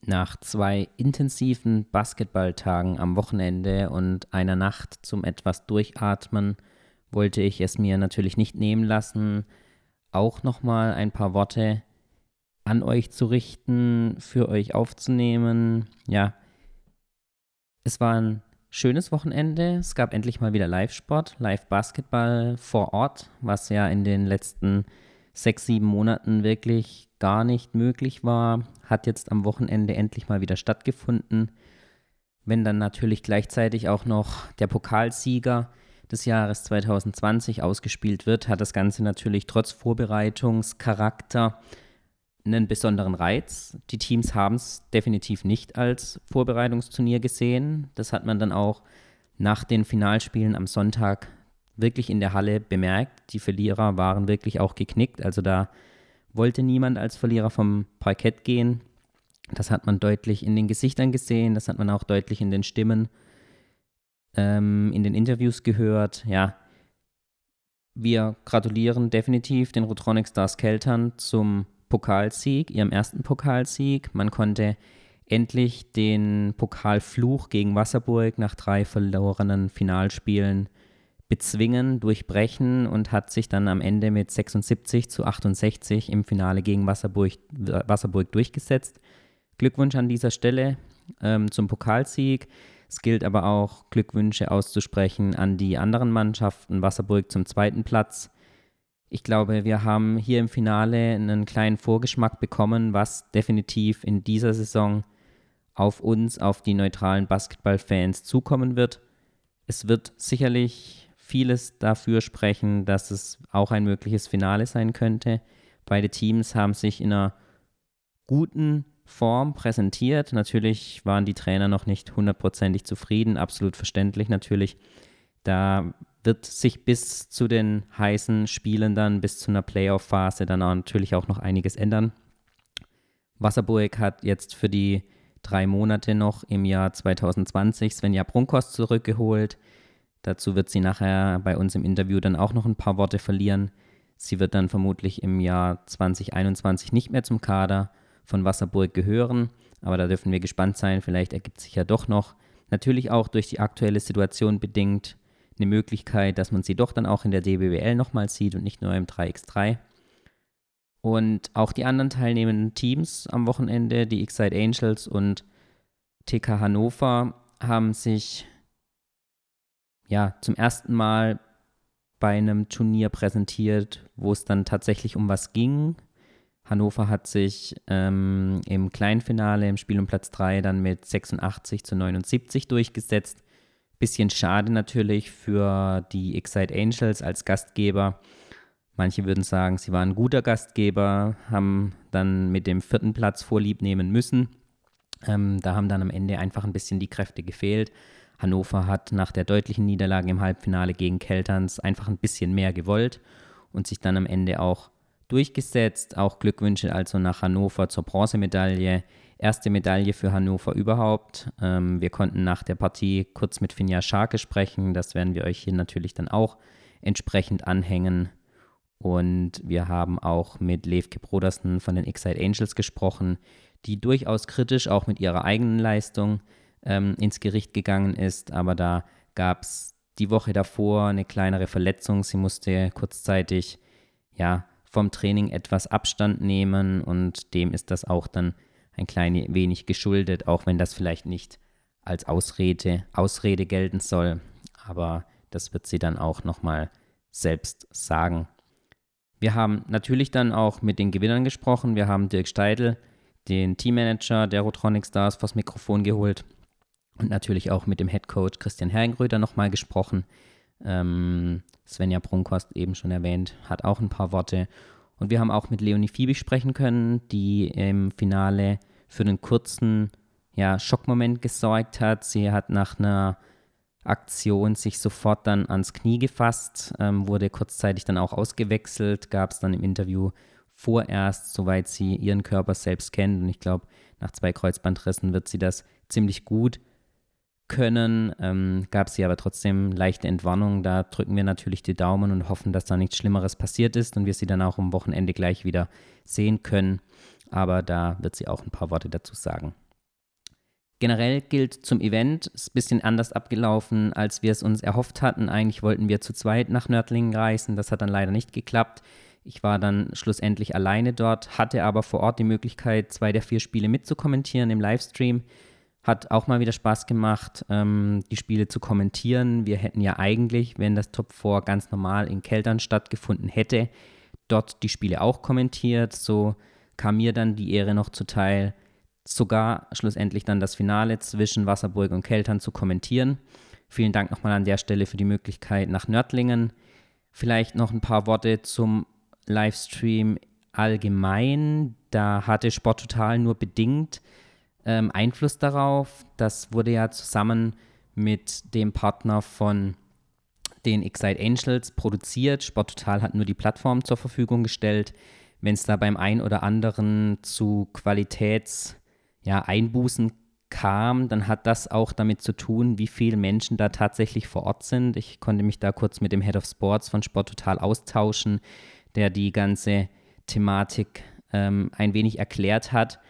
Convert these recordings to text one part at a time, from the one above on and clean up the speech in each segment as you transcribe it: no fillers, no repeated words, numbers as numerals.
Nach 2 intensiven Basketballtagen am Wochenende und einer Nacht zum etwas Durchatmen wollte ich es mir natürlich nicht nehmen lassen, auch nochmal ein paar Worte an euch zu richten, für euch aufzunehmen. Ja, es war ein schönes Wochenende. Es gab endlich mal wieder Live-Sport, Live-Basketball vor Ort, was ja in den letzten 6, 7 Monaten wirklich gar nicht möglich war. Hat jetzt am Wochenende endlich mal wieder stattgefunden. Wenn dann natürlich gleichzeitig auch noch der Pokalsieger des Jahres 2020 ausgespielt wird, hat das Ganze natürlich trotz Vorbereitungscharakter einen besonderen Reiz. Die Teams haben es definitiv nicht als Vorbereitungsturnier gesehen. Das hat man dann auch nach den Finalspielen am Sonntag wirklich in der Halle bemerkt. Die Verlierer waren wirklich auch geknickt. Also da wollte niemand als Verlierer vom Parkett gehen. Das hat man deutlich in den Gesichtern gesehen. Das hat man auch deutlich in den Stimmen, in den Interviews gehört. Ja, wir gratulieren definitiv den Rotronic Stars Keltern zum Pokalsieg, ihrem ersten Pokalsieg. Man konnte endlich den Pokalfluch gegen Wasserburg nach 3 verlorenen Finalspielen bezwingen, durchbrechen und hat sich dann am Ende mit 76-68 im Finale gegen Wasserburg durchgesetzt. Glückwunsch an dieser Stelle zum Pokalsieg. Es gilt aber auch, Glückwünsche auszusprechen an die anderen Mannschaften. Wasserburg zum 2. Platz. Ich glaube, wir haben hier im Finale einen kleinen Vorgeschmack bekommen, was definitiv in dieser Saison auf uns, auf die neutralen Basketballfans zukommen wird. Es wird sicherlich vieles dafür sprechen, dass es auch ein mögliches Finale sein könnte. Beide Teams haben sich in einer guten Form präsentiert. Natürlich waren die Trainer noch nicht 100%ig zufrieden, absolut verständlich natürlich. Da wird sich bis zu den heißen Spielen dann, bis zu einer Playoff-Phase dann auch natürlich auch noch einiges ändern. Wasserburg hat jetzt für die 3 Monate noch im Jahr 2020 Svenja Brunkhorst zurückgeholt. Dazu wird sie nachher bei uns im Interview dann auch noch ein paar Worte verlieren. Sie wird dann vermutlich im Jahr 2021 nicht mehr zum Kader von Wasserburg gehören, aber da dürfen wir gespannt sein, vielleicht ergibt sich ja doch noch, natürlich auch durch die aktuelle Situation bedingt, eine Möglichkeit, dass man sie doch dann auch in der DBBL nochmal sieht und nicht nur im 3x3. Und auch die anderen teilnehmenden Teams am Wochenende, die Excite Angels und TK Hannover, haben sich ja zum ersten Mal bei einem Turnier präsentiert, wo es dann tatsächlich um was ging. Hannover hat sich im Kleinfinale, im Spiel um Platz 3, dann mit 86-79 durchgesetzt. Bisschen schade natürlich für die Excite Angels als Gastgeber. Manche würden sagen, sie waren ein guter Gastgeber, haben dann mit dem 4. Platz Vorlieb nehmen müssen. Da haben dann am Ende einfach ein bisschen die Kräfte gefehlt. Hannover hat nach der deutlichen Niederlage im Halbfinale gegen Kelterns einfach ein bisschen mehr gewollt und sich dann am Ende auch durchgesetzt. Auch Glückwünsche also nach Hannover zur Bronzemedaille. Erste Medaille für Hannover überhaupt. Wir konnten nach der Partie kurz mit Finja Scharke sprechen. Das werden wir euch hier natürlich dann auch entsprechend anhängen. Und wir haben auch mit Levke Brodersen von den Excite Angels gesprochen, die durchaus kritisch auch mit ihrer eigenen Leistung ins Gericht gegangen ist. Aber da gab es die Woche davor eine kleinere Verletzung. Sie musste kurzzeitig vom Training etwas Abstand nehmen und dem ist das auch dann ein klein wenig geschuldet, auch wenn das vielleicht nicht als Ausrede gelten soll. Aber das wird sie dann auch nochmal selbst sagen. Wir haben natürlich dann auch mit den Gewinnern gesprochen. Wir haben Dirk Steidl, den Teammanager der Rotronic Stars, vors Mikrofon geholt und natürlich auch mit dem Headcoach Christian Herrengröder nochmal gesprochen. Svenja Brunkhorst eben schon erwähnt, hat auch ein paar Worte. Und wir haben auch mit Leonie Fiebig sprechen können, die im Finale für einen kurzen Schockmoment gesorgt hat. Sie hat nach einer Aktion sich sofort dann ans Knie gefasst, wurde kurzzeitig dann auch ausgewechselt, gab es dann im Interview vorerst, soweit sie ihren Körper selbst kennt. Und ich glaube, nach 2 Kreuzbandrissen wird sie das ziemlich gut können. Gab sie aber trotzdem leichte Entwarnung. Da drücken wir natürlich die Daumen und hoffen, dass da nichts Schlimmeres passiert ist und wir sie dann auch am Wochenende gleich wieder sehen können. Aber da wird sie auch ein paar Worte dazu sagen. Generell gilt zum Event, ist ein bisschen anders abgelaufen, als wir es uns erhofft hatten. Eigentlich wollten wir zu zweit nach Nördlingen reisen, das hat dann leider nicht geklappt. Ich war dann schlussendlich alleine dort, hatte aber vor Ort die Möglichkeit, 2 der 4 Spiele mitzukommentieren im Livestream. Hat auch mal wieder Spaß gemacht, die Spiele zu kommentieren. Wir hätten ja eigentlich, wenn das Top 4 ganz normal in Keltern stattgefunden hätte, dort die Spiele auch kommentiert. So kam mir dann die Ehre noch zuteil, sogar schlussendlich dann das Finale zwischen Wasserburg und Keltern zu kommentieren. Vielen Dank nochmal an der Stelle für die Möglichkeit nach Nördlingen. Vielleicht noch ein paar Worte zum Livestream allgemein. Da hatte Sport Total nur bedingt Einfluss darauf. Das wurde ja zusammen mit dem Partner von den Excite Angels produziert. Sport Total hat nur die Plattform zur Verfügung gestellt. Wenn es da beim einen oder anderen zu Einbußen kam, dann hat das auch damit zu tun, wie viele Menschen da tatsächlich vor Ort sind. Ich konnte mich da kurz mit dem Head of Sports von Sport Total austauschen, der die ganze Thematik ein wenig erklärt hat.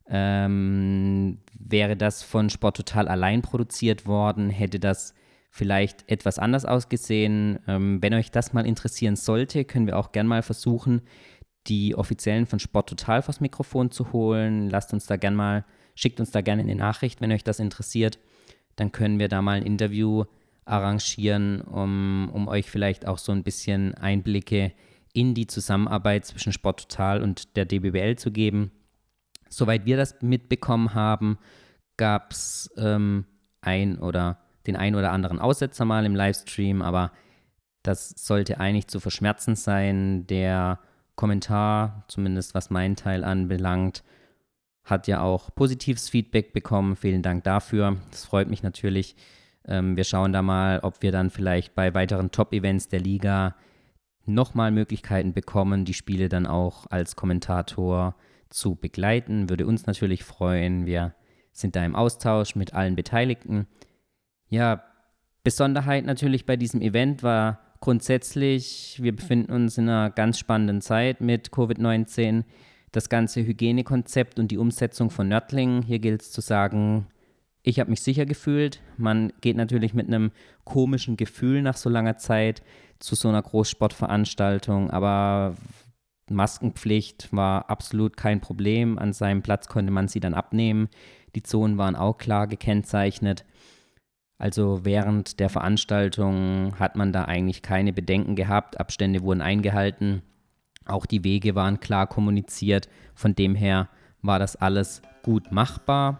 Wäre das von Sport Total allein produziert worden, hätte das vielleicht etwas anders ausgesehen. Wenn euch das mal interessieren sollte, können wir auch gern mal versuchen, die Offiziellen von Sport Total vors Mikrofon zu holen. Schickt uns da gerne eine Nachricht, wenn euch das interessiert. Dann können wir da mal ein Interview arrangieren, um euch vielleicht auch so ein bisschen Einblicke in die Zusammenarbeit zwischen Sport Total und der DBBL zu geben. Soweit wir das mitbekommen haben, gab es den ein oder anderen Aussetzer mal im Livestream, aber das sollte eigentlich zu verschmerzen sein. Der Kommentar, zumindest was meinen Teil anbelangt, hat ja auch positives Feedback bekommen. Vielen Dank dafür. Das freut mich natürlich. Wir schauen da mal, ob wir dann vielleicht bei weiteren Top-Events der Liga nochmal Möglichkeiten bekommen, die Spiele dann auch als Kommentator zu begleiten. Würde uns natürlich freuen. Wir sind da im Austausch mit allen Beteiligten. Ja, Besonderheit natürlich bei diesem Event war grundsätzlich, wir befinden uns in einer ganz spannenden Zeit mit Covid-19. Das ganze Hygienekonzept und die Umsetzung von Nördlingen. Hier gilt es zu sagen, ich habe mich sicher gefühlt. Man geht natürlich mit einem komischen Gefühl nach so langer Zeit zu so einer Großsportveranstaltung, aber Maskenpflicht war absolut kein Problem. An seinem Platz konnte man sie dann abnehmen. Die Zonen waren auch klar gekennzeichnet. Also während der Veranstaltung hat man da eigentlich keine Bedenken gehabt. Abstände wurden eingehalten. Auch die Wege waren klar kommuniziert. Von dem her war das alles gut machbar.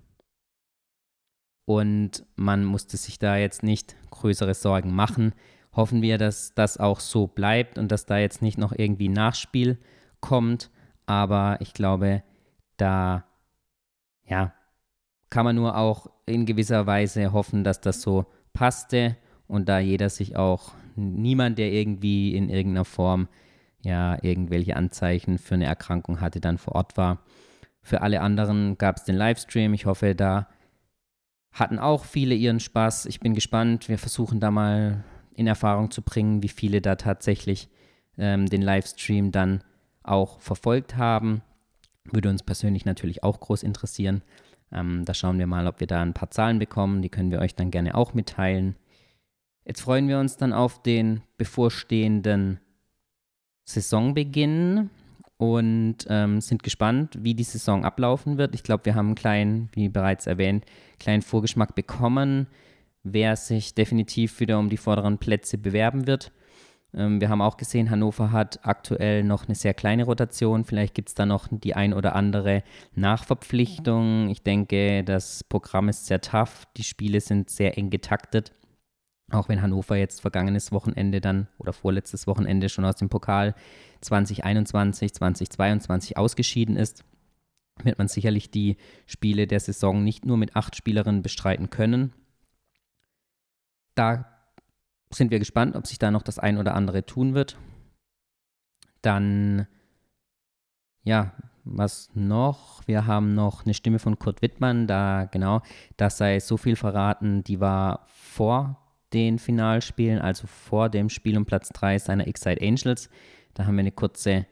Und man musste sich da jetzt nicht größere Sorgen machen. Hoffen wir, dass das auch so bleibt und dass da jetzt nicht noch irgendwie ein Nachspiel kommt. Aber ich glaube, da kann man nur auch in gewisser Weise hoffen, dass das so passte und da niemand, der irgendwie in irgendeiner Form irgendwelche Anzeichen für eine Erkrankung hatte, dann vor Ort war. Für alle anderen gab es den Livestream. Ich hoffe, da hatten auch viele ihren Spaß. Ich bin gespannt. Wir versuchen da mal in Erfahrung zu bringen, wie viele da tatsächlich den Livestream dann auch verfolgt haben. Würde uns persönlich natürlich auch groß interessieren. Da schauen wir mal, ob wir da ein paar Zahlen bekommen. Die können wir euch dann gerne auch mitteilen. Jetzt freuen wir uns dann auf den bevorstehenden Saisonbeginn und sind gespannt, wie die Saison ablaufen wird. Ich glaube, wir haben einen kleinen, wie bereits erwähnt, kleinen Vorgeschmack bekommen, wer sich definitiv wieder um die vorderen Plätze bewerben wird. Wir haben auch gesehen, Hannover hat aktuell noch eine sehr kleine Rotation. Vielleicht gibt es da noch die ein oder andere Nachverpflichtung. Ich denke, das Programm ist sehr tough. Die Spiele sind sehr eng getaktet. Auch wenn Hannover jetzt vergangenes Wochenende dann oder vorletztes Wochenende schon aus dem Pokal 2021, 2022 ausgeschieden ist, wird man sicherlich die Spiele der Saison nicht nur mit 8 Spielerinnen bestreiten können. Da sind wir gespannt, ob sich da noch das ein oder andere tun wird. Dann, was noch? Wir haben noch eine Stimme von Kurt Wittmann, das sei so viel verraten, die war vor den Finalspielen, also vor dem Spiel um Platz 3 seiner Excite Angels. Da haben wir eine kurze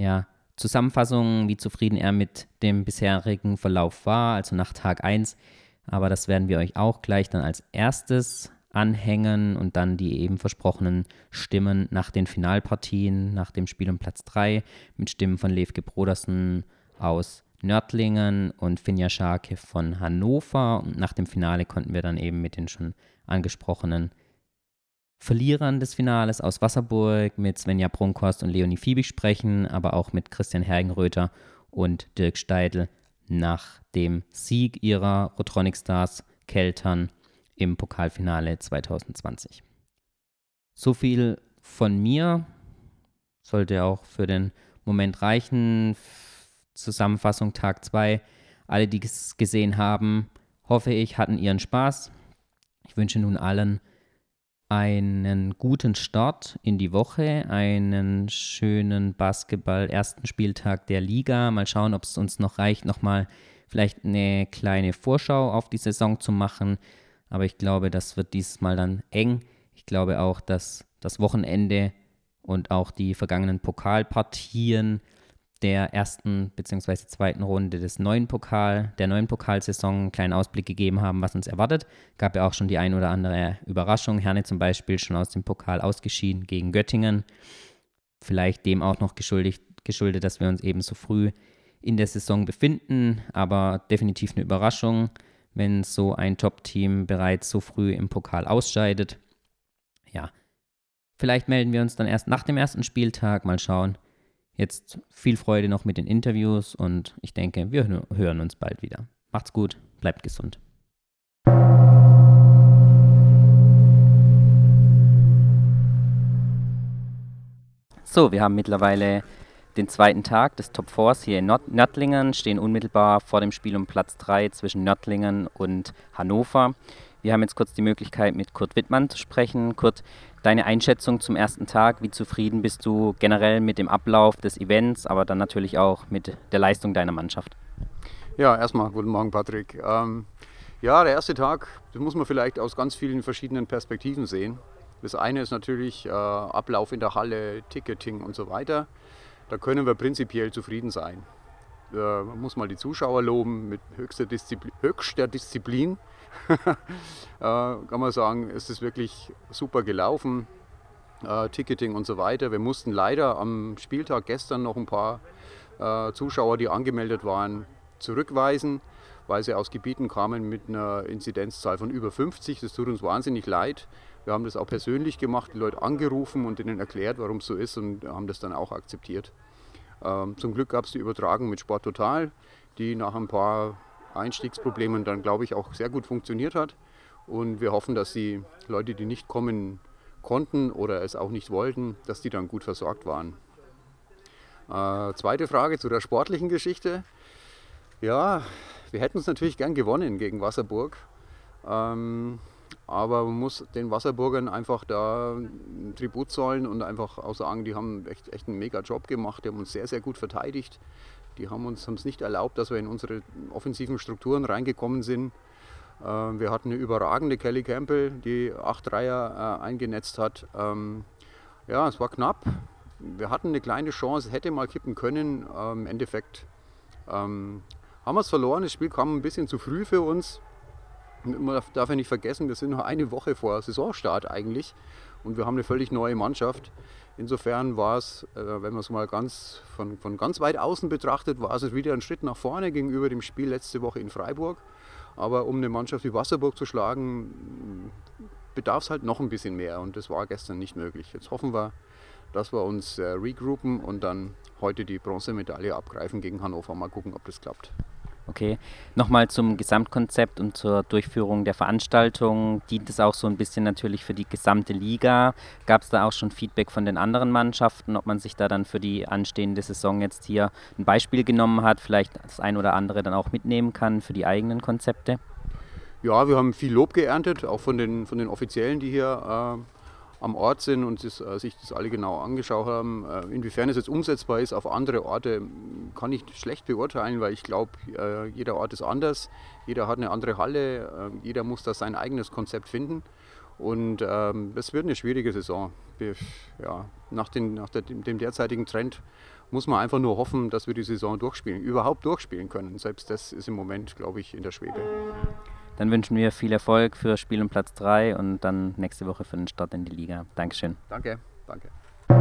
Zusammenfassung, wie zufrieden er mit dem bisherigen Verlauf war, also nach Tag 1. aber das werden wir euch auch gleich dann als erstes anhängen und dann die eben versprochenen Stimmen nach den Finalpartien, nach dem Spiel um Platz 3 mit Stimmen von Levke Brodersen aus Nördlingen und Finja Scharke von Hannover. Und nach dem Finale konnten wir dann eben mit den schon angesprochenen Verlierern des Finales aus Wasserburg mit Svenja Brunkhorst und Leonie Fiebig sprechen, aber auch mit Christian Hergenröther und Dirk Steidl nach dem Sieg ihrer Rotronic Stars Keltern im Pokalfinale 2020. So viel von mir, sollte auch für den Moment reichen. Zusammenfassung Tag 2. Alle, die es gesehen haben, hoffe ich, hatten ihren Spaß. Ich wünsche nun allen einen guten Start in die Woche, einen schönen ersten Spieltag der Liga. Mal schauen, ob es uns noch reicht, nochmal vielleicht eine kleine Vorschau auf die Saison zu machen. Aber ich glaube, das wird dieses Mal dann eng. Ich glaube auch, dass das Wochenende und auch die vergangenen Pokalpartien der ersten bzw. zweiten Runde der neuen Pokalsaison einen kleinen Ausblick gegeben haben, was uns erwartet. Gab ja auch schon die ein oder andere Überraschung. Herne zum Beispiel schon aus dem Pokal ausgeschieden gegen Göttingen. Vielleicht dem auch noch geschuldet, dass wir uns eben so früh in der Saison befinden, aber definitiv eine Überraschung, wenn so ein Top-Team bereits so früh im Pokal ausscheidet. Ja, vielleicht melden wir uns dann erst nach dem ersten Spieltag, mal schauen. Jetzt viel Freude noch mit den Interviews und ich denke, wir hören uns bald wieder. Macht's gut, bleibt gesund. So, wir haben mittlerweile den zweiten Tag des Top 4s hier in Nördlingen, stehen unmittelbar vor dem Spiel um Platz 3 zwischen Nördlingen und Hannover. Wir haben jetzt kurz die Möglichkeit, mit Kurt Wittmann zu sprechen. Kurt, deine Einschätzung zum ersten Tag, wie zufrieden bist du generell mit dem Ablauf des Events, aber dann natürlich auch mit der Leistung deiner Mannschaft? Ja, erstmal guten Morgen, Patrick. Ja, der erste Tag, das muss man vielleicht aus ganz vielen verschiedenen Perspektiven sehen. Das eine ist natürlich Ablauf in der Halle, Ticketing und so weiter. Da können wir prinzipiell zufrieden sein. Man muss mal die Zuschauer loben mit höchster Disziplin. Kann man sagen, ist es wirklich super gelaufen. Ticketing und so weiter. Wir mussten leider am Spieltag gestern noch ein paar Zuschauer, die angemeldet waren, zurückweisen, weil sie aus Gebieten kamen mit einer Inzidenzzahl von über 50. Das tut uns wahnsinnig leid. Wir haben das auch persönlich gemacht, die Leute angerufen und ihnen erklärt, warum es so ist und haben das dann auch akzeptiert. Zum Glück gab es die Übertragung mit Sport Total, die nach ein paar Einstiegsproblemen dann, glaube ich, auch sehr gut funktioniert hat. Und wir hoffen, dass die Leute, die nicht kommen konnten oder es auch nicht wollten, dass die dann gut versorgt waren. Zweite Frage zu der sportlichen Geschichte. Ja, wir hätten es natürlich gern gewonnen gegen Wasserburg. Aber man muss den Wasserburgern einfach da einen Tribut zollen und einfach auch sagen, die haben echt einen mega Job gemacht, die haben uns sehr, sehr gut verteidigt. Die haben es nicht erlaubt, dass wir in unsere offensiven Strukturen reingekommen sind. Wir hatten eine überragende Kelly Campbell, die 8 Dreier eingenetzt hat. Ja, es war knapp. Wir hatten eine kleine Chance, hätte mal kippen können. Im Endeffekt haben wir es verloren. Das Spiel kam ein bisschen zu früh für uns. Man darf ja nicht vergessen, wir sind noch eine Woche vor Saisonstart eigentlich und wir haben eine völlig neue Mannschaft. Insofern war es, wenn man es mal von ganz weit außen betrachtet, war es wieder ein Schritt nach vorne gegenüber dem Spiel letzte Woche in Freiburg. Aber um eine Mannschaft wie Wasserburg zu schlagen, bedarf es halt noch ein bisschen mehr und das war gestern nicht möglich. Jetzt hoffen wir, dass wir uns regroupen und dann heute die Bronzemedaille abgreifen gegen Hannover. Mal gucken, ob das klappt. Okay, nochmal zum Gesamtkonzept und zur Durchführung der Veranstaltung. Dient es auch so ein bisschen natürlich für die gesamte Liga? Gab es da auch schon Feedback von den anderen Mannschaften, ob man sich da dann für die anstehende Saison jetzt hier ein Beispiel genommen hat, vielleicht das ein oder andere dann auch mitnehmen kann für die eigenen Konzepte? Ja, wir haben viel Lob geerntet, auch von den Offiziellen, die hier am Ort sind und sich das alle genau angeschaut haben. Inwiefern es jetzt umsetzbar ist auf andere Orte, kann ich schlecht beurteilen, weil ich glaube, jeder Ort ist anders, jeder hat eine andere Halle, jeder muss da sein eigenes Konzept finden und es wird eine schwierige Saison. Nach dem derzeitigen Trend muss man einfach nur hoffen, dass wir die Saison überhaupt durchspielen können. Selbst das ist im Moment, glaube ich, in der Schwebe. Dann wünschen wir viel Erfolg für Spiel um Platz 3 und dann nächste Woche für den Start in die Liga. Dankeschön. Danke, danke.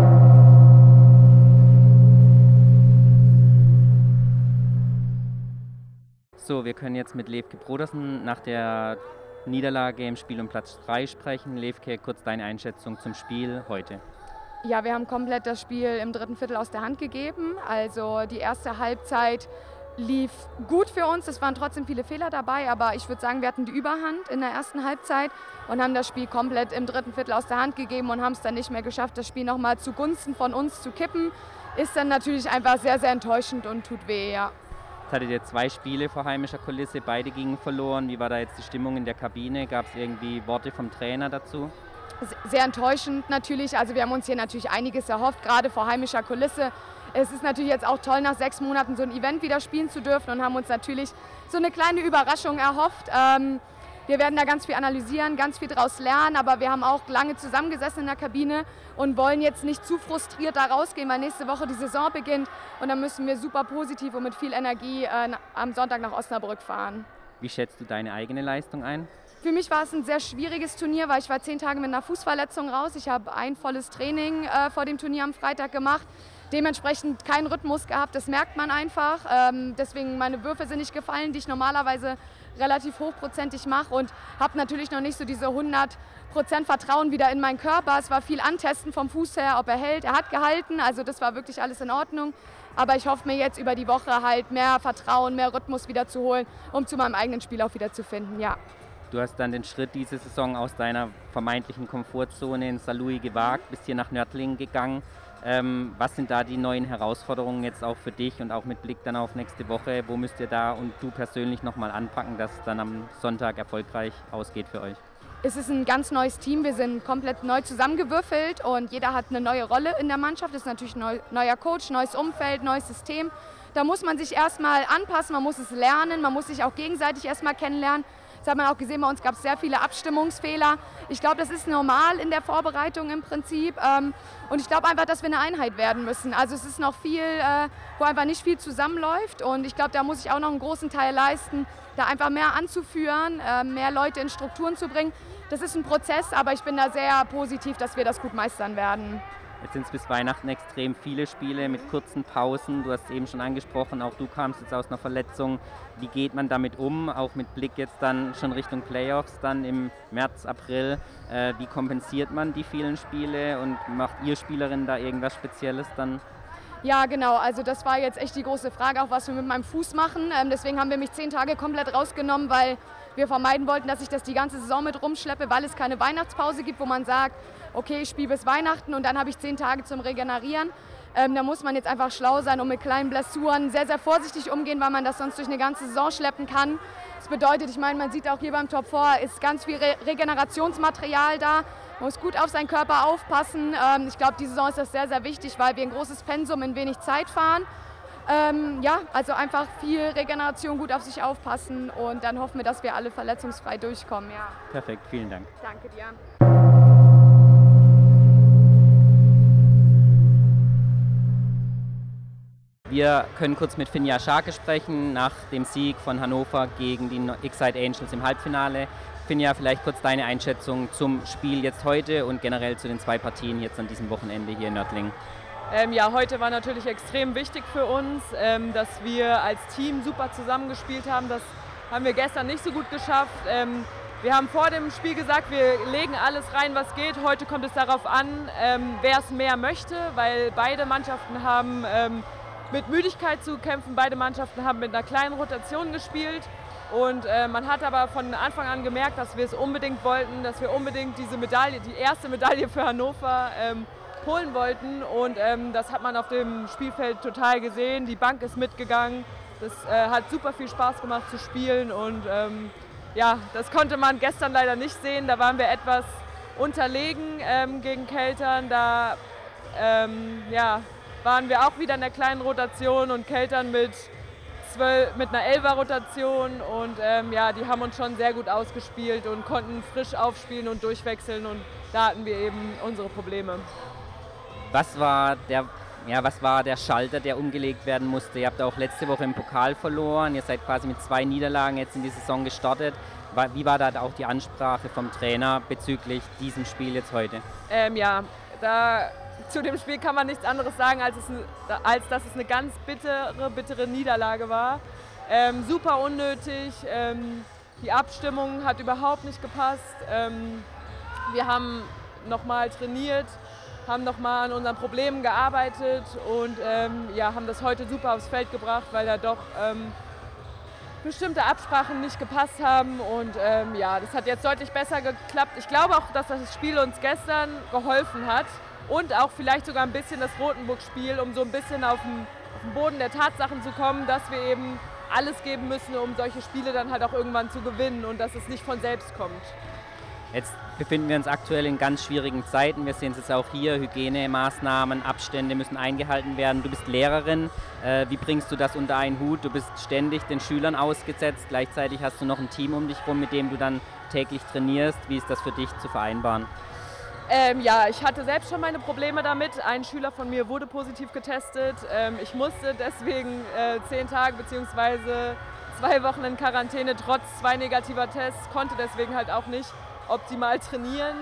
So, wir können jetzt mit Levke Brodersen nach der Niederlage im Spiel um Platz 3 sprechen. Levke, kurz deine Einschätzung zum Spiel heute. Ja, wir haben komplett das Spiel im dritten Viertel aus der Hand gegeben. Also die erste Halbzeit lief gut für uns. Es waren trotzdem viele Fehler dabei, aber ich würde sagen, wir hatten die Überhand in der ersten Halbzeit und haben das Spiel komplett im dritten Viertel aus der Hand gegeben und haben es dann nicht mehr geschafft, das Spiel nochmal zugunsten von uns zu kippen. Ist dann natürlich einfach sehr, sehr enttäuschend und tut weh, ja. Jetzt hattet ihr 2 Spiele vor heimischer Kulisse, beide gingen verloren. Wie war da jetzt die Stimmung in der Kabine? Gab es irgendwie Worte vom Trainer dazu? Sehr enttäuschend natürlich. Also wir haben uns hier natürlich einiges erhofft, gerade vor heimischer Kulisse. Es ist natürlich jetzt auch toll, nach 6 Monaten so ein Event wieder spielen zu dürfen und haben uns natürlich so eine kleine Überraschung erhofft. Wir werden da ganz viel analysieren, ganz viel daraus lernen, aber wir haben auch lange zusammengesessen in der Kabine und wollen jetzt nicht zu frustriert da rausgehen, weil nächste Woche die Saison beginnt und dann müssen wir super positiv und mit viel Energie am Sonntag nach Osnabrück fahren. Wie schätzt du deine eigene Leistung ein? Für mich war es ein sehr schwieriges Turnier, weil ich war 10 Tage mit einer Fußverletzung raus. Ich habe ein volles Training vor dem Turnier am Freitag gemacht. Dementsprechend keinen Rhythmus gehabt, das merkt man einfach. Deswegen meine Würfe sind nicht gefallen, die ich normalerweise relativ hochprozentig mache und habe natürlich noch nicht so diese 100% Vertrauen wieder in meinen Körper. Es war viel Antesten vom Fuß her, ob er hält. Er hat gehalten, also das war wirklich alles in Ordnung. Aber ich hoffe mir jetzt über die Woche halt mehr Vertrauen, mehr Rhythmus wieder zu holen, um zu meinem eigenen Spiel auch wieder zu finden, ja. Du hast dann den Schritt diese Saison aus deiner vermeintlichen Komfortzone in Saarlouis gewagt, bist hier nach Nördlingen gegangen. Was sind da die neuen Herausforderungen jetzt auch für dich und auch mit Blick dann auf nächste Woche? Wo müsst ihr da und du persönlich nochmal anpacken, dass es dann am Sonntag erfolgreich ausgeht für euch? Es ist ein ganz neues Team, wir sind komplett neu zusammengewürfelt und jeder hat eine neue Rolle in der Mannschaft. Es ist natürlich ein neuer Coach, neues Umfeld, neues System. Da muss man sich erstmal anpassen, man muss es lernen, man muss sich auch gegenseitig erstmal kennenlernen. Das hat man auch gesehen, bei uns gab es sehr viele Abstimmungsfehler. Ich glaube, das ist normal in der Vorbereitung im Prinzip. Und ich glaube einfach, dass wir eine Einheit werden müssen. Also es ist noch viel, wo einfach nicht viel zusammenläuft. Und ich glaube, da muss ich auch noch einen großen Teil leisten, da einfach mehr anzuführen, mehr Leute in Strukturen zu bringen. Das ist ein Prozess, aber ich bin da sehr positiv, dass wir das gut meistern werden. Jetzt sind es bis Weihnachten extrem viele Spiele mit kurzen Pausen. Du hast es eben schon angesprochen, auch du kamst jetzt aus einer Verletzung. Wie geht man damit um, auch mit Blick jetzt dann schon Richtung Playoffs, dann im März, April? Wie kompensiert man die vielen Spiele und macht ihr Spielerinnen da irgendwas Spezielles dann? Ja, genau. Also das war jetzt echt die große Frage, auch was wir mit meinem Fuß machen. Deswegen haben wir mich 10 Tage komplett rausgenommen, weil wir vermeiden wollten, dass ich das die ganze Saison mit rumschleppe, weil es keine Weihnachtspause gibt, wo man sagt, okay, ich spiele bis Weihnachten und dann habe ich 10 Tage zum Regenerieren. Da muss man jetzt einfach schlau sein und mit kleinen Blessuren sehr, sehr vorsichtig umgehen, weil man das sonst durch eine ganze Saison schleppen kann. Das bedeutet, ich meine, man sieht auch hier beim Top 4 ist ganz viel Regenerationsmaterial da. Man muss gut auf seinen Körper aufpassen. Ich glaube, die Saison ist das sehr, sehr wichtig, weil wir ein großes Pensum in wenig Zeit fahren. Ja, also einfach viel Regeneration, gut auf sich aufpassen und dann hoffen wir, dass wir alle verletzungsfrei durchkommen. Ja. Perfekt, vielen Dank. Danke dir. Wir können kurz mit Finja Scharke sprechen, nach dem Sieg von Hannover gegen die Excite Angels im Halbfinale. Finja, vielleicht kurz deine Einschätzung zum Spiel jetzt heute und generell zu den 2 Partien jetzt an diesem Wochenende hier in Nördlingen. Ja, heute war natürlich extrem wichtig für uns, dass wir als Team super zusammengespielt haben. Das haben wir gestern nicht so gut geschafft. Wir haben vor dem Spiel gesagt, wir legen alles rein, was geht. Heute kommt es darauf an, wer es mehr möchte, weil beide Mannschaften haben mit Müdigkeit zu kämpfen. Beide Mannschaften haben mit einer kleinen Rotation gespielt. Und man hat aber von Anfang an gemerkt, dass wir es unbedingt wollten, dass wir unbedingt diese Medaille, die erste Medaille für Hannover, holen wollten. Und das hat man auf dem Spielfeld total gesehen. Die Bank ist mitgegangen. Das hat super viel Spaß gemacht zu spielen. Und ja, das konnte man gestern leider nicht sehen. Da waren wir etwas unterlegen gegen Keltern. Da ja, waren wir auch wieder in der kleinen Rotation und Keltern mit einer 11er-Rotation und ja, die haben uns schon sehr gut ausgespielt und konnten frisch aufspielen und durchwechseln und da hatten wir eben unsere Probleme. Was war der Schalter, der umgelegt werden musste? Ihr habt auch letzte Woche im Pokal verloren, ihr seid quasi mit 2 Niederlagen jetzt in die Saison gestartet. Wie war da auch die Ansprache vom Trainer bezüglich diesem Spiel jetzt heute? Zu dem Spiel kann man nichts anderes sagen, als dass es eine ganz bittere Niederlage war. Super unnötig, die Abstimmung hat überhaupt nicht gepasst. Wir haben nochmal trainiert, haben nochmal an unseren Problemen gearbeitet und haben das heute super aufs Feld gebracht, weil da doch bestimmte Absprachen nicht gepasst haben und das hat jetzt deutlich besser geklappt. Ich glaube auch, dass das Spiel uns gestern geholfen hat und auch vielleicht sogar ein bisschen das Rothenburg-Spiel, um so ein bisschen auf den Boden der Tatsachen zu kommen, dass wir eben alles geben müssen, um solche Spiele dann halt auch irgendwann zu gewinnen und dass es nicht von selbst kommt. Jetzt befinden wir uns aktuell in ganz schwierigen Zeiten. Wir sehen es jetzt auch hier, Hygienemaßnahmen, Abstände müssen eingehalten werden. Du bist Lehrerin. Wie bringst du das unter einen Hut? Du bist ständig den Schülern ausgesetzt. Gleichzeitig hast du noch ein Team um dich herum, mit dem du dann täglich trainierst. Wie ist das für dich zu vereinbaren? Ich hatte selbst schon meine Probleme damit. Ein Schüler von mir wurde positiv getestet. Ich musste deswegen 10 Tage bzw. 2 Wochen in Quarantäne trotz 2 negativer Tests, konnte deswegen halt auch nicht optimal trainieren.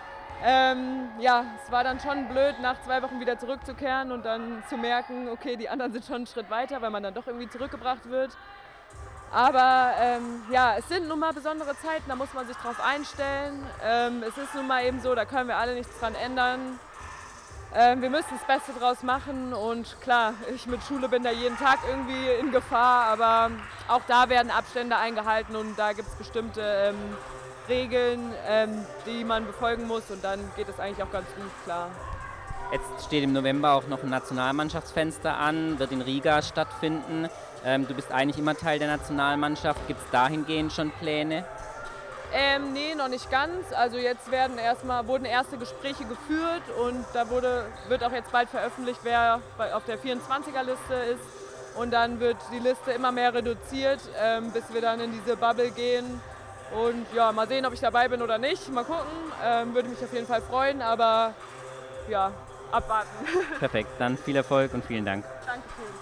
Es war dann schon blöd, nach 2 Wochen wieder zurückzukehren und dann zu merken, okay, die anderen sind schon einen Schritt weiter, weil man dann doch irgendwie zurückgebracht wird. Aber es sind nun mal besondere Zeiten, da muss man sich drauf einstellen. Es ist nun mal eben so, da können wir alle nichts dran ändern. Wir müssen das Beste draus machen und klar, ich mit Schule bin da jeden Tag irgendwie in Gefahr, aber auch da werden Abstände eingehalten und da gibt es bestimmte Regeln, die man befolgen muss und dann geht es eigentlich auch ganz gut, klar. Jetzt steht im November auch noch ein Nationalmannschaftsfenster an, wird in Riga stattfinden. Du bist eigentlich immer Teil der Nationalmannschaft. Gibt es dahingehend schon Pläne? Nee, noch nicht ganz. Also jetzt wurden erste Gespräche geführt und da wird auch jetzt bald veröffentlicht, wer auf der 24er-Liste ist. Und dann wird die Liste immer mehr reduziert, bis wir dann in diese Bubble gehen. Und ja, mal sehen, ob ich dabei bin oder nicht. Mal gucken. Würde mich auf jeden Fall freuen, aber ja, abwarten. Perfekt, dann viel Erfolg und vielen Dank. Dankeschön.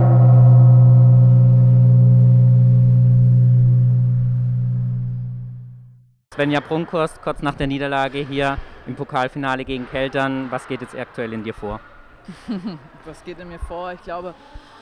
Svenja Brunkhorst, kurz nach der Niederlage hier im Pokalfinale gegen Keltern. Was geht jetzt aktuell in dir vor? Was geht in mir vor? Ich glaube,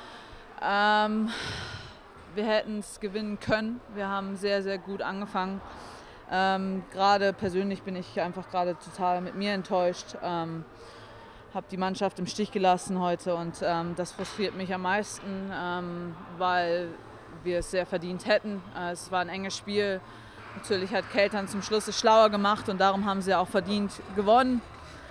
wir hätten es gewinnen können. Wir haben sehr, sehr gut angefangen. Gerade persönlich bin ich einfach gerade total mit mir enttäuscht. Habe die Mannschaft im Stich gelassen heute und das frustriert mich am meisten, weil wir es sehr verdient hätten. Es war ein enges Spiel. Natürlich hat Keltern zum Schluss es schlauer gemacht und darum haben sie auch verdient gewonnen.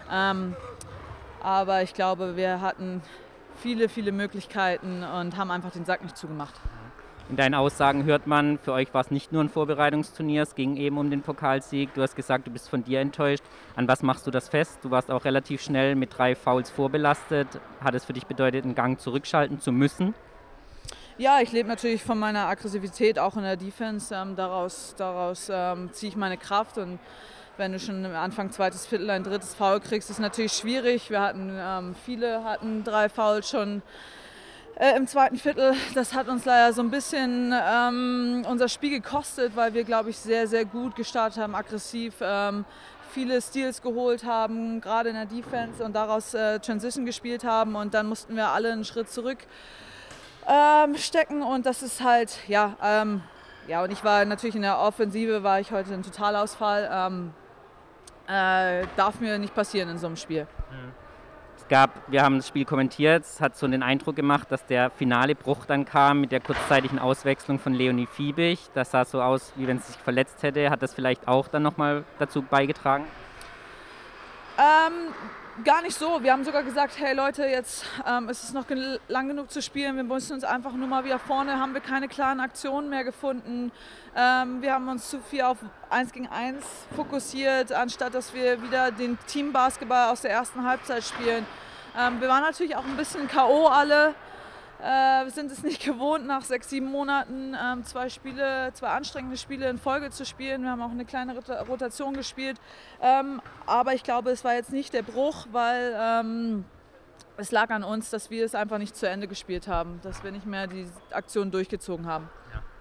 Aber ich glaube, wir hatten viele, viele Möglichkeiten und haben einfach den Sack nicht zugemacht. In deinen Aussagen hört man, für euch war es nicht nur ein Vorbereitungsturnier, es ging eben um den Pokalsieg. Du hast gesagt, du bist von dir enttäuscht. An was machst du das fest? Du warst auch relativ schnell mit 3 Fouls vorbelastet. Hat es für dich bedeutet, einen Gang zurückschalten zu müssen? Ja, ich lebe natürlich von meiner Aggressivität auch in der Defense. Daraus ziehe ich meine Kraft und wenn du schon am Anfang zweites Viertel ein drittes Foul kriegst, ist natürlich schwierig. Viele hatten 3 Fouls schon im zweiten Viertel. Das hat uns leider so ein bisschen unser Spiel gekostet, weil wir, glaube ich, sehr, sehr gut gestartet haben, aggressiv. Viele Steals geholt haben, gerade in der Defense und daraus Transition gespielt haben und dann mussten wir alle einen Schritt zurück stecken und das ist halt, und ich war natürlich in der Offensive, war ich heute ein Totalausfall. Darf mir nicht passieren in so einem Spiel. Wir haben das Spiel kommentiert, es hat so den Eindruck gemacht, dass der finale Bruch dann kam mit der kurzzeitigen Auswechslung von Leonie Fiebig. Das sah so aus, wie wenn sie sich verletzt hätte. Hat das vielleicht auch dann nochmal dazu beigetragen? Gar nicht so. Wir haben sogar gesagt, hey Leute, jetzt ist es noch lang genug zu spielen. Wir müssen uns einfach nur mal wieder vorne, haben wir keine klaren Aktionen mehr gefunden. Wir haben uns zu viel auf 1 gegen 1 fokussiert, anstatt dass wir wieder den Teambasketball aus der ersten Halbzeit spielen. Wir waren natürlich auch ein bisschen K.O. alle. Wir sind es nicht gewohnt, nach 6, 7 Monaten 2 anstrengende Spiele in Folge zu spielen. Wir haben auch eine kleine Rotation gespielt. Aber ich glaube, es war jetzt nicht der Bruch, weil es lag an uns, dass wir es einfach nicht zu Ende gespielt haben, dass wir nicht mehr die Aktion durchgezogen haben. Ja.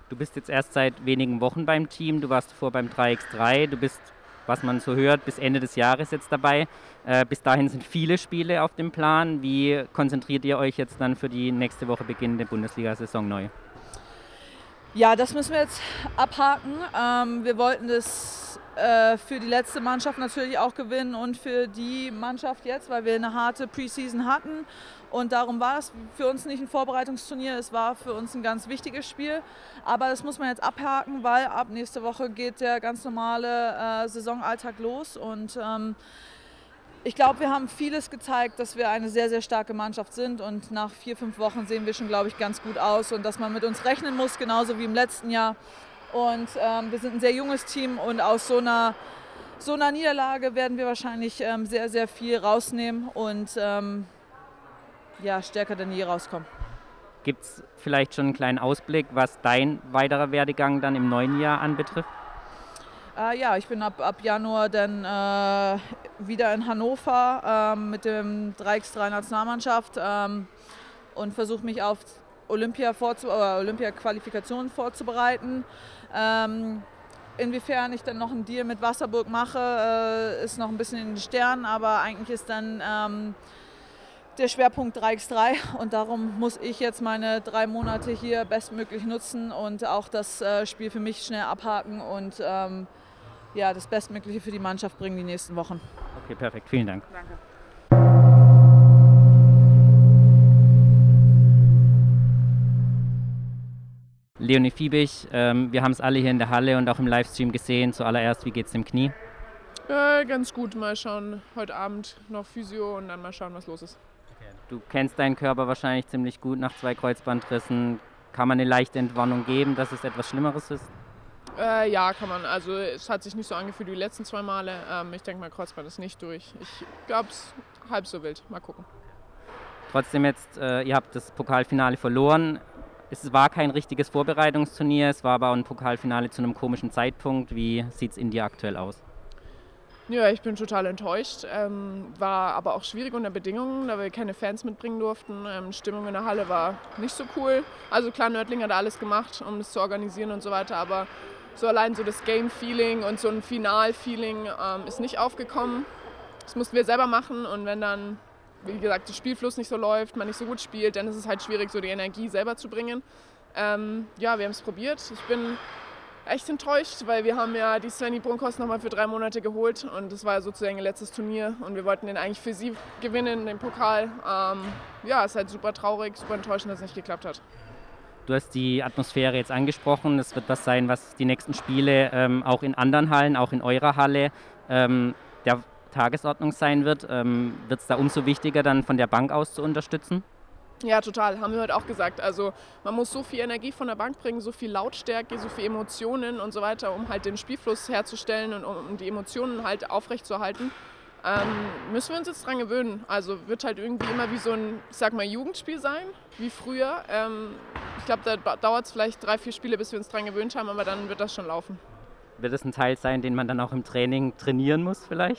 Du bist jetzt erst seit wenigen Wochen beim Team, du warst zuvor beim 3x3, du bist, was man so hört, bis Ende des Jahres jetzt dabei. Bis dahin sind viele Spiele auf dem Plan. Wie konzentriert ihr euch jetzt dann für die nächste Woche beginnende Bundesliga-Saison neu? Ja, das müssen wir jetzt abhaken. Wir wollten das für die letzte Mannschaft natürlich auch gewinnen und für die Mannschaft jetzt, weil wir eine harte Preseason hatten. Und darum war es für uns nicht ein Vorbereitungsturnier, es war für uns ein ganz wichtiges Spiel. Aber das muss man jetzt abhaken, weil ab nächste Woche geht der ganz normale Saisonalltag los. Und ich glaube, wir haben vieles gezeigt, dass wir eine sehr, sehr starke Mannschaft sind. Und nach 4-5 Wochen sehen wir schon, glaube ich, ganz gut aus. Und dass man mit uns rechnen muss, genauso wie im letzten Jahr. Und wir sind ein sehr junges Team und aus so einer Niederlage werden wir wahrscheinlich sehr, sehr viel rausnehmen und stärker denn je rauskommen. Gibt es vielleicht schon einen kleinen Ausblick, was dein weiterer Werdegang dann im neuen Jahr anbetrifft? Ich bin ab Januar dann wieder in Hannover mit dem 3x3-Nationalmannschaft und versuche mich auf Olympia-Qualifikationen vorzubereiten. Inwiefern ich dann noch einen Deal mit Wasserburg mache, ist noch ein bisschen in den Sternen, aber eigentlich ist dann der Schwerpunkt 3x3 und darum muss ich jetzt meine 3 Monate hier bestmöglich nutzen und auch das Spiel für mich schnell abhaken und das Bestmögliche für die Mannschaft bringen die nächsten Wochen. Okay, perfekt. Vielen Dank. Danke. Leonie Fiebig, wir haben es alle hier in der Halle und auch im Livestream gesehen. Zuallererst, wie geht es dem Knie? Ganz gut, mal schauen, heute Abend noch Physio und dann mal schauen, was los ist. Du kennst deinen Körper wahrscheinlich ziemlich gut nach 2 Kreuzbandrissen. Kann man eine leichte Entwarnung geben, dass es etwas Schlimmeres ist? Ja, kann man. Also es hat sich nicht so angefühlt wie die letzten 2 Male. Ich denke, mein Kreuzband ist nicht durch. Ich glaube, es ist halb so wild. Mal gucken. Trotzdem jetzt, ihr habt das Pokalfinale verloren. Es war kein richtiges Vorbereitungsturnier, es war aber auch ein Pokalfinale zu einem komischen Zeitpunkt. Wie sieht es in dir aktuell aus? Ja, ich bin total enttäuscht. War aber auch schwierig unter Bedingungen, da wir keine Fans mitbringen durften. Stimmung in der Halle war nicht so cool. Also klar, Nördling hat alles gemacht, um das zu organisieren und so weiter, aber so allein so das Game-Feeling und so ein Final-Feeling ist nicht aufgekommen. Das mussten wir selber machen und wenn dann, wie gesagt, der Spielfluss nicht so läuft, man nicht so gut spielt, dann ist es halt schwierig, so die Energie selber zu bringen. Wir haben es probiert. Ich bin echt enttäuscht, weil wir haben ja die Svenny Brunkhorst nochmal für 3 Monate geholt und das war ja sozusagen ihr letztes Turnier und wir wollten den eigentlich für sie gewinnen, den Pokal. Es ist halt super traurig, super enttäuschend, dass es nicht geklappt hat. Du hast die Atmosphäre jetzt angesprochen. Das wird was sein, was die nächsten Spiele auch in anderen Hallen, auch in eurer Halle, der Tagesordnung sein wird. Wird es da umso wichtiger, dann von der Bank aus zu unterstützen? Ja, total. Haben wir heute auch gesagt. Also man muss so viel Energie von der Bank bringen, so viel Lautstärke, so viel Emotionen und so weiter, um halt den Spielfluss herzustellen und um die Emotionen halt aufrechtzuerhalten. Müssen wir uns jetzt dran gewöhnen. Also wird halt irgendwie immer wie so ein, ich sag mal, Jugendspiel sein, wie früher. Ich glaube, da dauert es vielleicht 3-4 Spiele, bis wir uns dran gewöhnt haben, aber dann wird das schon laufen. Wird es ein Teil sein, den man dann auch im Training trainieren muss vielleicht?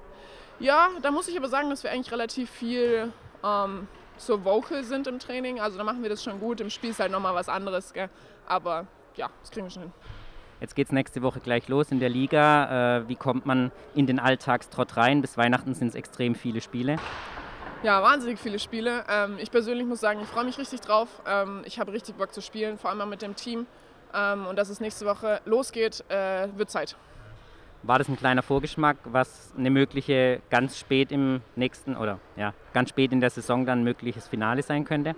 Ja, da muss ich aber sagen, dass wir eigentlich relativ viel so vocal sind im Training. Also da machen wir das schon gut. Im Spiel ist halt nochmal was anderes. Gell? Aber ja, das kriegen wir schon hin. Jetzt geht es nächste Woche gleich los in der Liga. Wie kommt man in den Alltagstrott rein? Bis Weihnachten sind es extrem viele Spiele. Ja, wahnsinnig viele Spiele. Ich persönlich muss sagen, ich freue mich richtig drauf. Ich habe richtig Bock zu spielen, vor allem auch mit dem Team. Und dass es nächste Woche losgeht, wird Zeit. War das ein kleiner Vorgeschmack, was eine mögliche ganz spät im nächsten oder ganz spät in der Saison dann mögliches Finale sein könnte?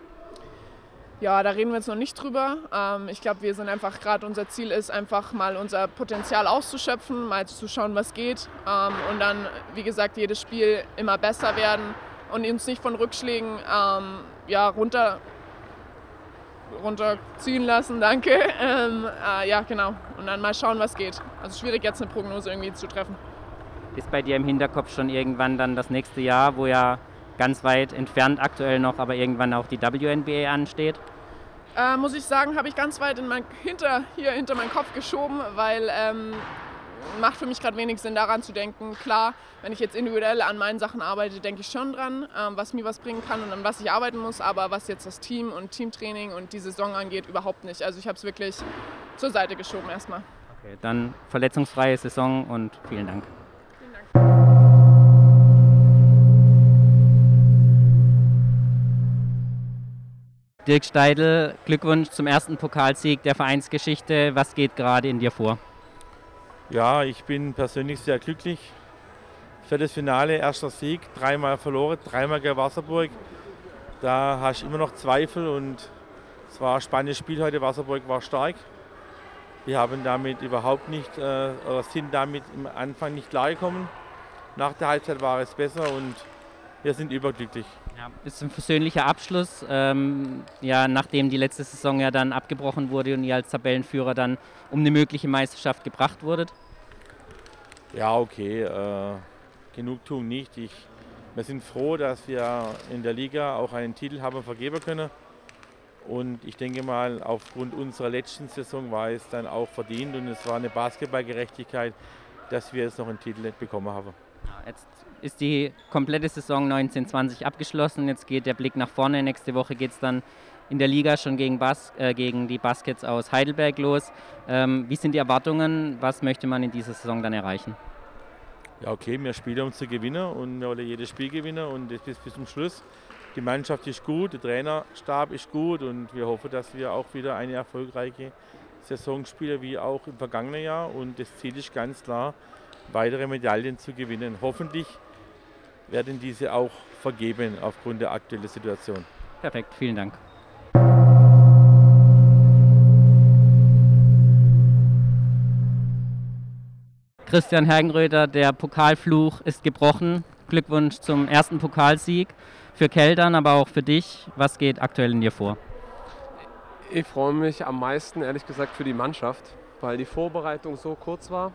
Ja, da reden wir jetzt noch nicht drüber. Ich glaube, wir sind einfach gerade, unser Ziel ist einfach mal unser Potenzial auszuschöpfen, mal zu schauen, was geht. Und dann, wie gesagt, jedes Spiel immer besser werden und uns nicht von Rückschlägen runterziehen lassen, danke. Genau. Und dann mal schauen, was geht. Also schwierig jetzt eine Prognose irgendwie zu treffen. Ist bei dir im Hinterkopf schon irgendwann dann das nächste Jahr, wo ja ganz weit entfernt aktuell noch, aber irgendwann auch die WNBA ansteht? Muss ich sagen, habe ich ganz weit hinter meinen Kopf geschoben, weil macht für mich gerade wenig Sinn, daran zu denken. Klar, wenn ich jetzt individuell an meinen Sachen arbeite, denke ich schon dran, was mir was bringen kann und an was ich arbeiten muss. Aber was jetzt das Team und Teamtraining und die Saison angeht, überhaupt nicht. Also ich habe es wirklich zur Seite geschoben erstmal. Okay, dann verletzungsfreie Saison und vielen Dank. Vielen Dank. Dirk Steidl, Glückwunsch zum ersten Pokalsieg der Vereinsgeschichte. Was geht gerade in dir vor? Ja, ich bin persönlich sehr glücklich. Für das Finale, erster Sieg, 3-mal verloren, 3-mal gegen Wasserburg. Da hast du immer noch Zweifel und es war ein spannendes Spiel heute. Wasserburg war stark. Wir haben damit überhaupt nicht, oder sind damit am Anfang nicht klargekommen. Nach der Halbzeit war es besser und wir sind überglücklich. Ja, ist ein persönlicher Abschluss, nachdem die letzte Saison ja dann abgebrochen wurde und ihr als Tabellenführer dann um eine mögliche Meisterschaft gebracht wurdet? Ja, okay, Genugtuung nicht. Wir sind froh, dass wir in der Liga auch einen Titel haben vergeben können. Und ich denke mal, aufgrund unserer letzten Saison war es dann auch verdient und es war eine Basketballgerechtigkeit, dass wir jetzt noch einen Titel nicht bekommen haben. Ja, jetzt ist die komplette Saison 19/20 abgeschlossen. Jetzt geht der Blick nach vorne. Nächste Woche geht es dann in der Liga schon gegen die Baskets aus Heidelberg los. Wie sind die Erwartungen? Was möchte man in dieser Saison dann erreichen? Ja, okay, wir spielen um zu gewinnen und wir wollen jedes Spiel gewinnen und das bis zum Schluss. Die Mannschaft ist gut, der Trainerstab ist gut und wir hoffen, dass wir auch wieder eine erfolgreiche Saison spielen wie auch im vergangenen Jahr. Und das Ziel ist ganz klar, weitere Medaillen zu gewinnen. Hoffentlich werden diese auch vergeben aufgrund der aktuellen Situation. Perfekt, vielen Dank. Christian Hergenröder, der Pokalfluch ist gebrochen. Glückwunsch zum ersten Pokalsieg für Keltern, aber auch für dich. Was geht aktuell in dir vor? Ich freue mich am meisten, ehrlich gesagt, für die Mannschaft, weil die Vorbereitung so kurz war.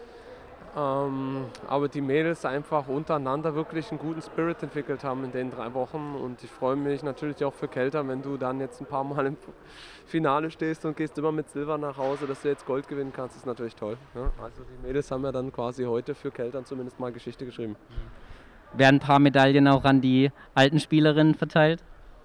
Aber die Mädels einfach untereinander wirklich einen guten Spirit entwickelt haben in den 3 Wochen. Und ich freue mich natürlich auch für Keltern, wenn du dann jetzt ein paar Mal im Finale stehst und gehst immer mit Silber nach Hause, dass du jetzt Gold gewinnen kannst, ist natürlich toll. Ja, also die Mädels haben ja dann quasi heute für Keltern zumindest mal Geschichte geschrieben. Werden ein paar Medaillen auch an die alten Spielerinnen verteilt?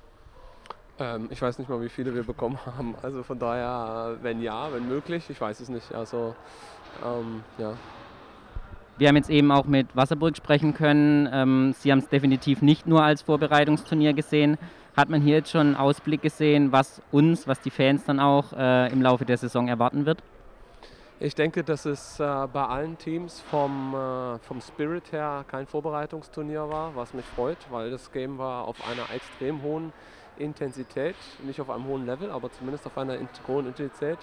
Ich weiß nicht mal, wie viele wir bekommen haben. Also von daher, wenn ja, wenn möglich, ich weiß es nicht. Also ja. Wir haben jetzt eben auch mit Wasserburg sprechen können. Sie haben es definitiv nicht nur als Vorbereitungsturnier gesehen. Hat man hier jetzt schon einen Ausblick gesehen, was die Fans dann auch im Laufe der Saison erwarten wird? Ich denke, dass es bei allen Teams vom Spirit her kein Vorbereitungsturnier war, was mich freut, weil das Game war auf einer extrem hohen Intensität, nicht auf einem hohen Level, aber zumindest auf einer hohen Intensität.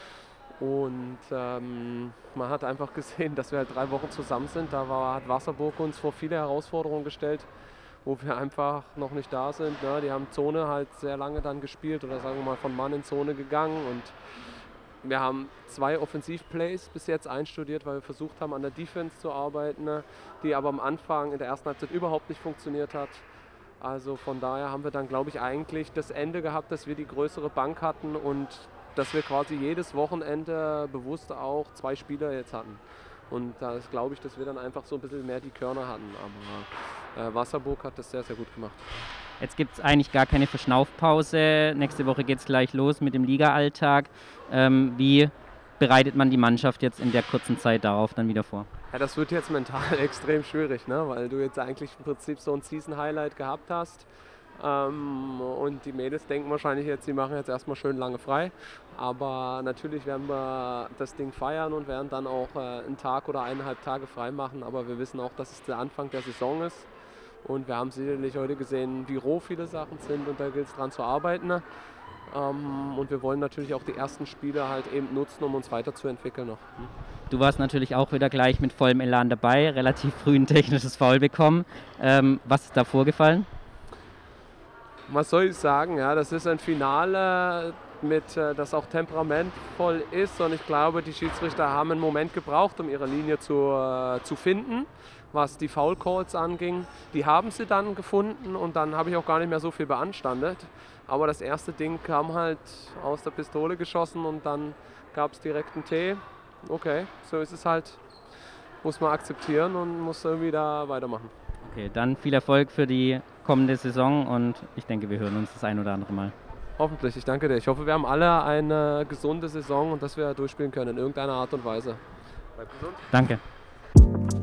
Und man hat einfach gesehen, dass wir halt 3 Wochen zusammen sind. Da hat Wasserburg uns vor viele Herausforderungen gestellt, wo wir einfach noch nicht da sind. Ne? Die haben Zone halt sehr lange dann gespielt oder sagen wir mal von Mann in Zone gegangen. Und wir haben 2 Offensivplays bis jetzt einstudiert, weil wir versucht haben, an der Defense zu arbeiten, ne? Die aber am Anfang in der ersten Halbzeit überhaupt nicht funktioniert hat. Also von daher haben wir dann, glaube ich, eigentlich das Ende gehabt, dass wir die größere Bank hatten und dass wir quasi jedes Wochenende bewusst auch 2 Spieler jetzt hatten. Und da ist, glaube ich, dass wir dann einfach so ein bisschen mehr die Körner hatten. Aber Wasserburg hat das sehr, sehr gut gemacht. Jetzt gibt es eigentlich gar keine Verschnaufpause. Nächste Woche geht es gleich los mit dem Liga-Alltag. Wie bereitet man die Mannschaft jetzt in der kurzen Zeit darauf dann wieder vor? Ja, das wird jetzt mental extrem schwierig, ne? Weil du jetzt eigentlich im Prinzip so ein Season-Highlight gehabt hast. Und die Mädels denken wahrscheinlich jetzt, sie machen jetzt erstmal schön lange frei. Aber natürlich werden wir das Ding feiern und werden dann auch einen Tag oder 1,5 Tage frei machen. Aber wir wissen auch, dass es der Anfang der Saison ist. Und wir haben sicherlich heute gesehen, wie roh viele Sachen sind und da gilt es dran zu arbeiten. Und wir wollen natürlich auch die ersten Spiele halt eben nutzen, um uns weiterzuentwickeln noch. Du warst natürlich auch wieder gleich mit vollem Elan dabei, relativ früh ein technisches Foul bekommen. Was ist da vorgefallen? Was soll ich sagen? Ja, das ist ein Finale, das auch temperamentvoll ist und ich glaube, die Schiedsrichter haben einen Moment gebraucht, um ihre Linie zu finden, was die Foul Calls anging. Die haben sie dann gefunden und dann habe ich auch gar nicht mehr so viel beanstandet. Aber das erste Ding kam halt aus der Pistole geschossen und dann gab es direkt einen Tee. Okay, so ist es halt. muss man akzeptieren und muss irgendwie da weitermachen. Okay, dann viel Erfolg für die kommende Saison und ich denke, wir hören uns das ein oder andere Mal. Hoffentlich, ich danke dir. Ich hoffe, wir haben alle eine gesunde Saison und dass wir durchspielen können in irgendeiner Art und Weise. Bleib gesund. Danke.